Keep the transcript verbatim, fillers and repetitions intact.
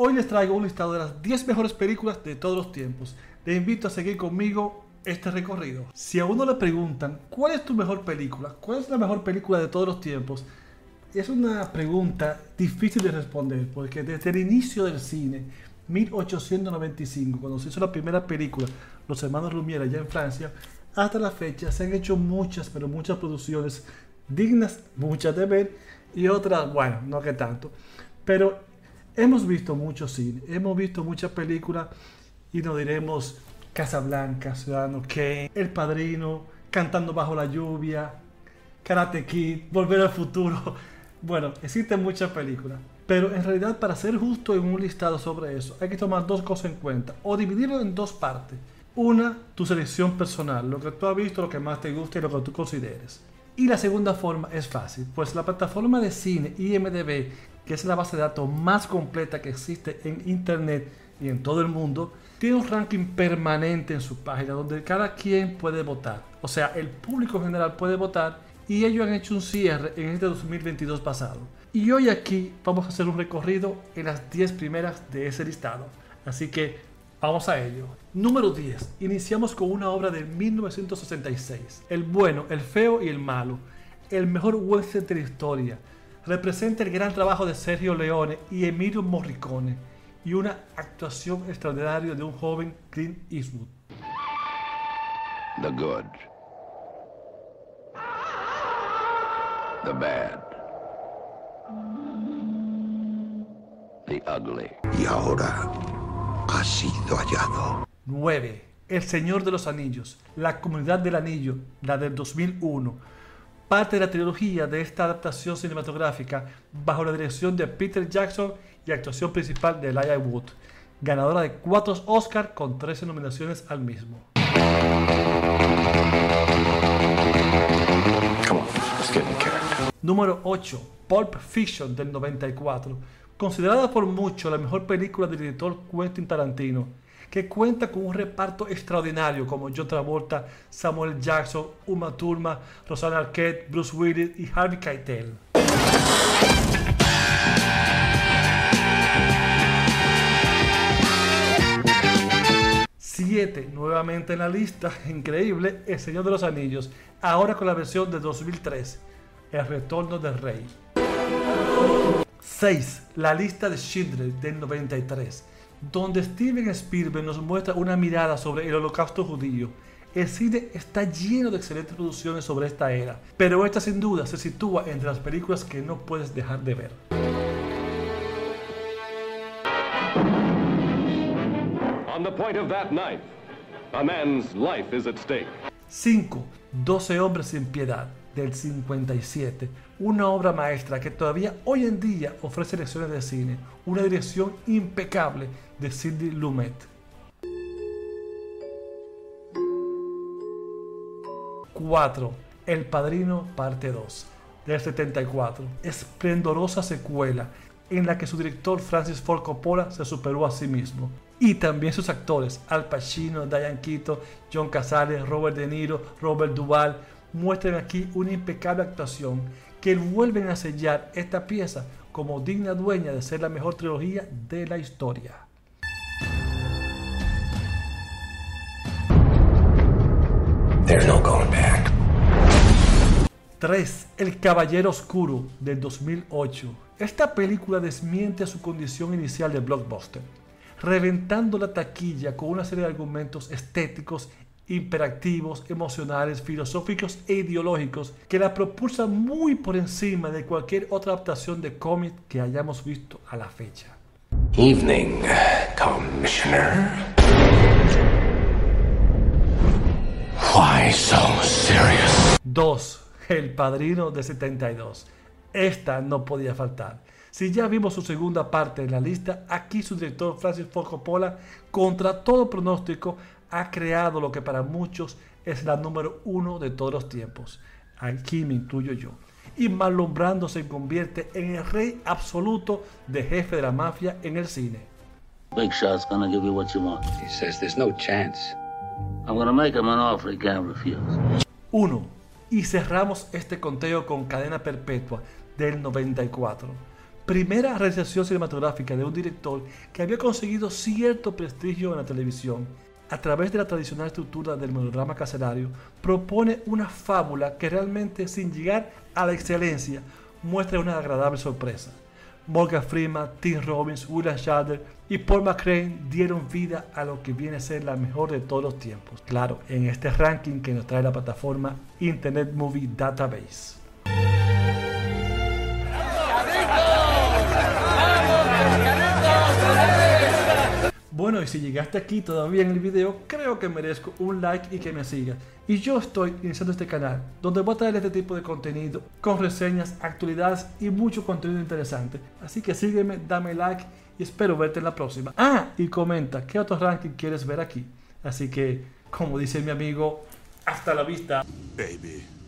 Hoy les traigo un listado de las diez mejores películas de todos los tiempos. Les invito a seguir conmigo este recorrido. Si a uno le preguntan ¿cuál es tu mejor película? ¿Cuál es la mejor película de todos los tiempos? Es una pregunta difícil de responder, porque desde el inicio del cine, mil ochocientos noventa y cinco, cuando se hizo la primera película, Los Hermanos Lumière allá en Francia, hasta la fecha se han hecho muchas, pero muchas producciones dignas, muchas de ver, y otras, bueno, no que tanto. Pero hemos visto mucho cine, hemos visto muchas películas, y nos diremos Casablanca, Ciudadano Kane, El Padrino, Cantando Bajo la Lluvia, Karate Kid, Volver al Futuro. Bueno, existen muchas películas, pero en realidad, para ser justo en un listado sobre eso, hay que tomar dos cosas en cuenta, o dividirlo en dos partes. Una, tu selección personal, lo que tú has visto, lo que más te gusta y lo que tú consideres. Y la segunda forma es fácil, pues la plataforma de cine I M D B, que es la base de datos más completa que existe en internet y en todo el mundo, tiene un ranking permanente en su página donde cada quien puede votar. O sea, el público en general puede votar, y ellos han hecho un cierre en este dos mil veintidós pasado. Y hoy aquí vamos a hacer un recorrido en las diez primeras de ese listado. Así que vamos a ello. Número diez. Iniciamos con una obra de mil novecientos sesenta y seis. El bueno, el feo y el malo. El mejor western de la historia. Representa el gran trabajo de Sergio Leone y Ennio Morricone, y una actuación extraordinaria de un joven Clint Eastwood. The good. The bad. The ugly. Y ahora ha sido hallado. nueve. El Señor de los Anillos. La Comunidad del Anillo, la del dos mil uno. Parte de la trilogía de esta adaptación cinematográfica bajo la dirección de Peter Jackson y actuación principal de Elijah Wood, ganadora de cuatro Oscars con trece nominaciones al mismo. Come on, let's get in character. Número ocho. Pulp Fiction del noventa y cuatro, considerada por muchos la mejor película del director Quentin Tarantino, que cuenta con un reparto extraordinario como John Travolta, Samuel Jackson, Uma Thurman, Rosanna Arquette, Bruce Willis y Harvey Keitel. siete. Nuevamente en la lista, increíble, El Señor de los Anillos, ahora con la versión de dos mil tres, El Retorno del Rey. seis. La lista de Schindler del noventa y tres, donde Steven Spielberg nos muestra una mirada sobre el Holocausto judío. El cine está lleno de excelentes producciones sobre esta era, pero esta sin duda se sitúa entre las películas que no puedes dejar de ver. On the point of that knife, a man's life is at stake. cinco. doce hombres sin piedad del cincuenta y siete, una obra maestra que todavía hoy en día ofrece lecciones de cine, una dirección impecable de Sidney Lumet. cuatro. El Padrino parte dos del setenta y cuatro, esplendorosa secuela en la que su director Francis Ford Coppola se superó a sí mismo, y también sus actores Al Pacino, Diane Keaton, John Cazale, Robert De Niro, Robert Duvall muestran aquí una impecable actuación que vuelven a sellar esta pieza como digna dueña de ser la mejor trilogía de la historia. There's no going back. tres. El Caballero Oscuro del dos mil ocho. Esta película desmiente a su condición inicial de blockbuster, reventando la taquilla con una serie de argumentos estéticos, imperativos, emocionales, filosóficos e ideológicos que la propulsan muy por encima de cualquier otra adaptación de cómic que hayamos visto a la fecha. Evening, Commissioner. Why so serious? dos. El Padrino de setenta y dos. Esta no podía faltar. Si ya vimos su segunda parte en la lista, aquí su director Francis Ford Coppola, contra todo pronóstico, ha creado lo que para muchos es la número uno de todos los tiempos. Aquí me incluyo yo. Y Marlon Brando se convierte en el rey absoluto de jefe de la mafia en el cine. Big Shot's gonna give you what you want. He says there's no chance. I'm gonna make him an offer he can't refuse. uno. Y cerramos este conteo con Cadena Perpetua del noventa y cuatro. primera realización cinematográfica de un director que había conseguido cierto prestigio en la televisión. A través de la tradicional estructura del melodrama carcelario, propone una fábula que realmente, sin llegar a la excelencia, muestra una agradable sorpresa. Morgan Freeman, Tim Robbins, William Shatner y Paul McCrane dieron vida a lo que viene a ser la mejor de todos los tiempos. Claro, en este ranking que nos trae la plataforma Internet Movie Database. Bueno, y si llegaste aquí todavía en el video, creo que merezco un like y que me sigas. Y yo estoy iniciando este canal, donde voy a traer este tipo de contenido, con reseñas, actualidades y mucho contenido interesante. Así que sígueme, dame like y espero verte en la próxima. Ah, y comenta qué otro ranking quieres ver aquí. Así que, como dice mi amigo, hasta la vista. Baby.